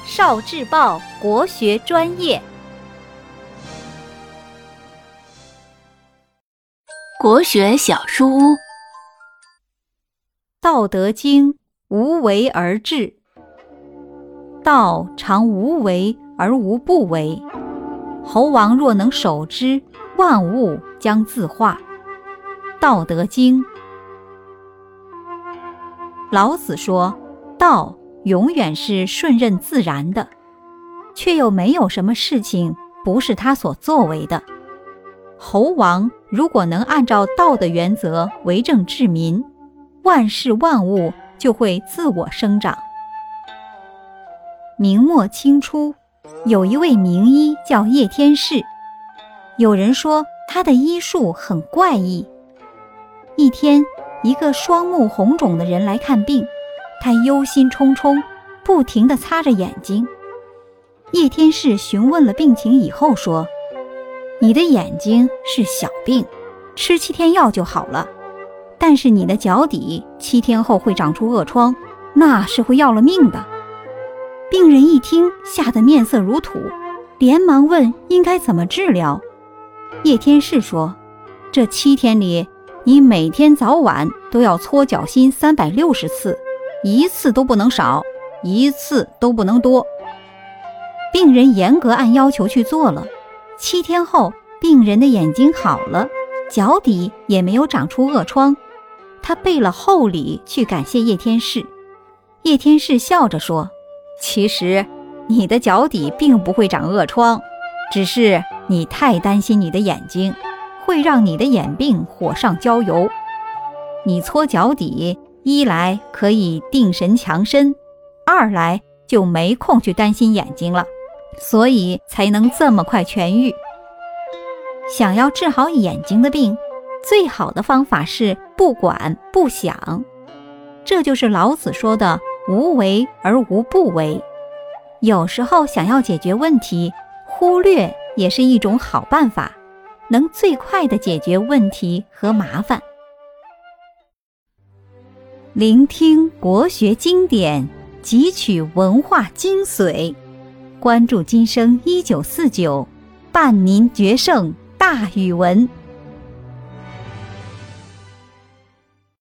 少智报国学专业， 国学小书屋。 道德经，无为而治。道常无为而无不为，猴王若能守之，万物将自化。道德经。老子说，道永远是顺任自然的，却又没有什么事情不是他所作为的。猴王如果能按照道的原则为政治民，万事万物就会自我生长。明末清初，有一位名医叫叶天士，有人说他的医术很怪异。一天，一个双目红肿的人来看病，他忧心忡忡，不停地擦着眼睛。叶天士询问了病情以后说，你的眼睛是小病，吃7天药就好了，但是你的脚底7天后会长出恶疮，那是会要了命的。病人一听，吓得面色如土，连忙问应该怎么治疗。叶天士说，这7天里，你每天早晚都要搓脚心360次，一次都不能少，一次都不能多。病人严格按要求去做了，7天后，病人的眼睛好了，脚底也没有长出恶疮。他备了厚礼去感谢叶天士。叶天士笑着说，其实你的脚底并不会长恶疮，只是你太担心你的眼睛，会让你的眼病火上浇油。你搓脚底，一来可以定神强身，二来就没空去担心眼睛了，所以才能这么快痊愈。想要治好眼睛的病，最好的方法是不管不想，这就是老子说的无为而无不为。有时候想要解决问题，忽略也是一种好办法，能最快地解决问题和麻烦。聆听国学经典，汲取文化精髓，关注今生1949，伴您决胜大语文。